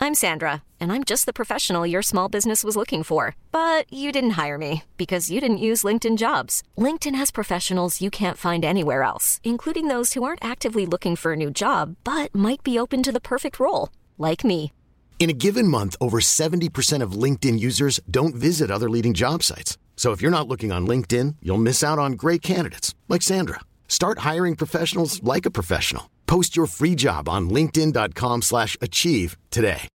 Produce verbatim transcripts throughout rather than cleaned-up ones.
I'm Sandra, and I'm just the professional your small business was looking for. But you didn't hire me because you didn't use LinkedIn Jobs. LinkedIn has professionals you can't find anywhere else, including those who aren't actively looking for a new job, but might be open to the perfect role, like me. In a given month, over seventy percent of LinkedIn users don't visit other leading job sites. So if you're not looking on LinkedIn, you'll miss out on great candidates like Sandra. Start hiring professionals like a professional. Post your free job on linkedin.com slash achieve today.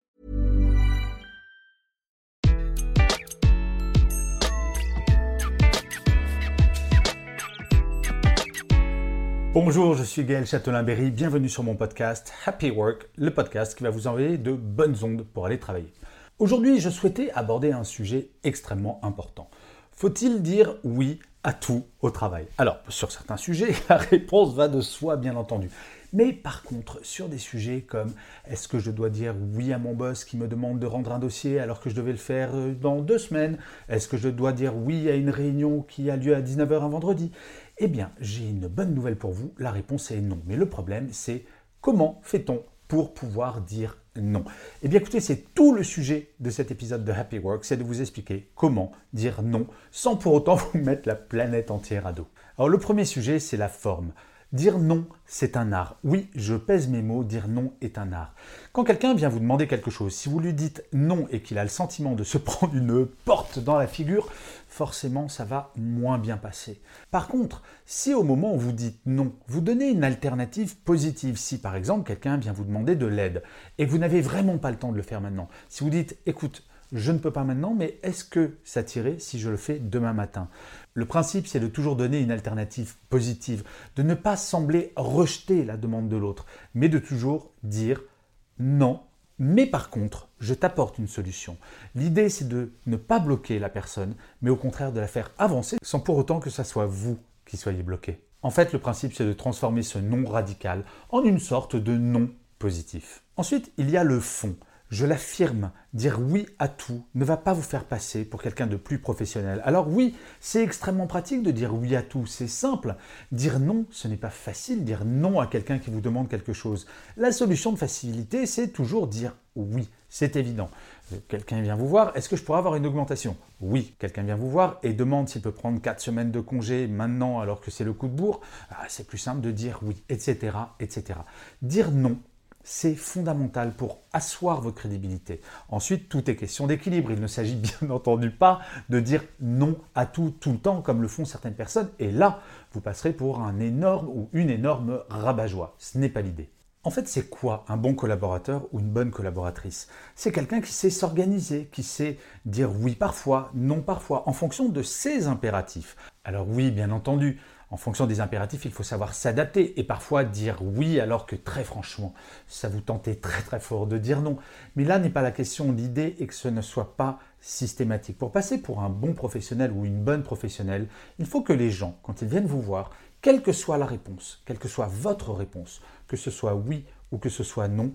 Bonjour, je suis Gaël Châtelain-Berry, bienvenue sur mon podcast Happy Work, le podcast qui va vous envoyer de bonnes ondes pour aller travailler. Aujourd'hui, je souhaitais aborder un sujet extrêmement important. Faut-il dire oui à tout au travail? Alors, sur certains sujets, la réponse va de soi, bien entendu. Mais par contre, sur des sujets comme est-ce que je dois dire oui à mon boss qui me demande de rendre un dossier alors que je devais le faire dans deux semaines? Est-ce que je dois dire oui à une réunion qui a lieu à dix-neuf heures un vendredi? Eh bien, j'ai une bonne nouvelle pour vous, la réponse est non. Mais le problème, c'est comment fait-on pour pouvoir dire non? Eh bien écoutez, c'est tout le sujet de cet épisode de Happy Work, c'est de vous expliquer comment dire non sans pour autant vous mettre la planète entière à dos. Alors le premier sujet, c'est la forme. Dire non, c'est un art. Oui, je pèse mes mots, dire non est un art. Quand quelqu'un vient vous demander quelque chose, si vous lui dites non et qu'il a le sentiment de se prendre une porte dans la figure, forcément ça va moins bien passer. Par contre, si au moment où vous dites non, vous donnez une alternative positive, si par exemple quelqu'un vient vous demander de l'aide et que vous n'avez vraiment pas le temps de le faire maintenant, si vous dites écoute, je ne peux pas maintenant, mais est-ce que ça t'irait si je le fais demain matin? Le principe, c'est de toujours donner une alternative positive, de ne pas sembler rejeter la demande de l'autre, mais de toujours dire non, mais par contre, je t'apporte une solution. L'idée, c'est de ne pas bloquer la personne, mais au contraire de la faire avancer, sans pour autant que ça soit vous qui soyez bloqué. En fait, le principe, c'est de transformer ce non radical en une sorte de non positif. Ensuite, il y a le fond. Je l'affirme, dire oui à tout ne va pas vous faire passer pour quelqu'un de plus professionnel. Alors oui, c'est extrêmement pratique de dire oui à tout, c'est simple. Dire non, ce n'est pas facile, dire non à quelqu'un qui vous demande quelque chose. La solution de facilité, c'est toujours dire oui, c'est évident. Quelqu'un vient vous voir, est-ce que je pourrais avoir une augmentation? Oui, quelqu'un vient vous voir et demande s'il peut prendre quatre semaines de congé maintenant alors que c'est le coup de bourre. Ah, c'est plus simple de dire oui, et cetera, et cetera. Dire non, c'est fondamental pour asseoir votre crédibilité. Ensuite, tout est question d'équilibre. Il ne s'agit bien entendu pas de dire non à tout, tout le temps, comme le font certaines personnes. Et là, vous passerez pour un énorme ou une énorme rabat-joie. Ce n'est pas l'idée. En fait, c'est quoi un bon collaborateur ou une bonne collaboratrice? C'est quelqu'un qui sait s'organiser, qui sait dire oui parfois, non parfois, en fonction de ses impératifs. Alors oui, bien entendu, en fonction des impératifs, il faut savoir s'adapter et parfois dire oui alors que très franchement, ça vous tentait très très fort de dire non. Mais là n'est pas la question, l'idée est que ce ne soit pas systématique. Pour passer pour un bon professionnel ou une bonne professionnelle, il faut que les gens, quand ils viennent vous voir, quelle que soit la réponse, quelle que soit votre réponse, que ce soit oui ou que ce soit non,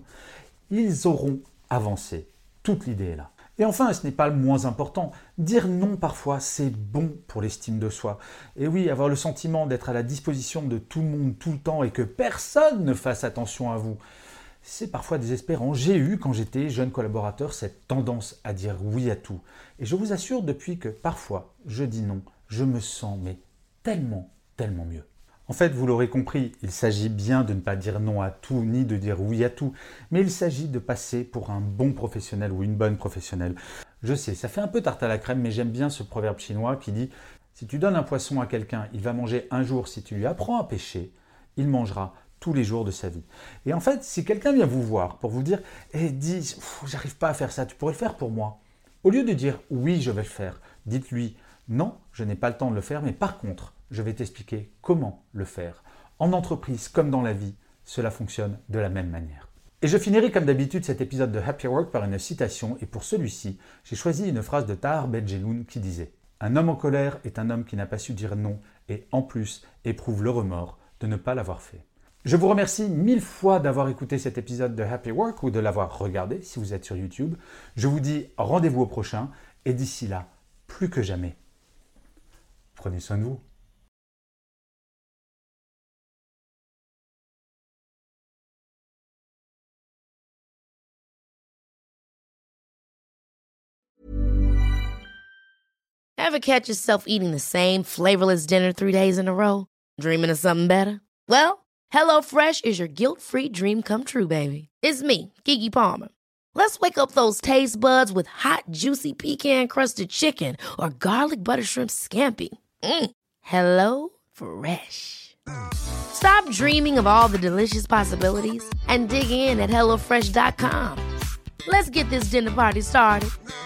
ils auront avancé. Toute l'idée est là. Et enfin, ce n'est pas le moins important, dire non parfois, c'est bon pour l'estime de soi. Et oui, avoir le sentiment d'être à la disposition de tout le monde tout le temps et que personne ne fasse attention à vous, c'est parfois désespérant. J'ai eu, quand j'étais jeune collaborateur, cette tendance à dire oui à tout. Et je vous assure, depuis que parfois je dis non, je me sens mais tellement, tellement mieux. En fait, vous l'aurez compris, il s'agit bien de ne pas dire non à tout, ni de dire oui à tout, mais il s'agit de passer pour un bon professionnel ou une bonne professionnelle. Je sais, ça fait un peu tarte à la crème, mais j'aime bien ce proverbe chinois qui dit « Si tu donnes un poisson à quelqu'un, il va manger un jour. Si tu lui apprends à pêcher, il mangera tous les jours de sa vie. » Et en fait, si quelqu'un vient vous voir pour vous dire eh, « dis, j'arrive pas à faire ça, tu pourrais le faire pour moi ?» Au lieu de dire « oui, je vais le faire », dites-lui « non, je n'ai pas le temps de le faire, mais par contre, je vais t'expliquer comment le faire. » En entreprise comme dans la vie, cela fonctionne de la même manière. Et je finirai comme d'habitude cet épisode de Happy Work par une citation, et pour celui-ci, j'ai choisi une phrase de Tahar Ben-Jelloun qui disait « Un homme en colère est un homme qui n'a pas su dire non et en plus éprouve le remords de ne pas l'avoir fait. » Je vous remercie mille fois d'avoir écouté cet épisode de Happy Work ou de l'avoir regardé si vous êtes sur YouTube. Je vous dis rendez-vous au prochain et d'ici là, plus que jamais, prenez soin de vous. Ever catch yourself eating the same flavorless dinner three days in a row? Dreaming of something better? Well, HelloFresh is your guilt-free dream come true, baby. It's me, Keke Palmer. Let's wake up those taste buds with hot, juicy pecan-crusted chicken or garlic butter shrimp scampi. Mm. Hello Fresh. Stop dreaming of all the delicious possibilities and dig in at hello fresh dot com. Let's get this dinner party started.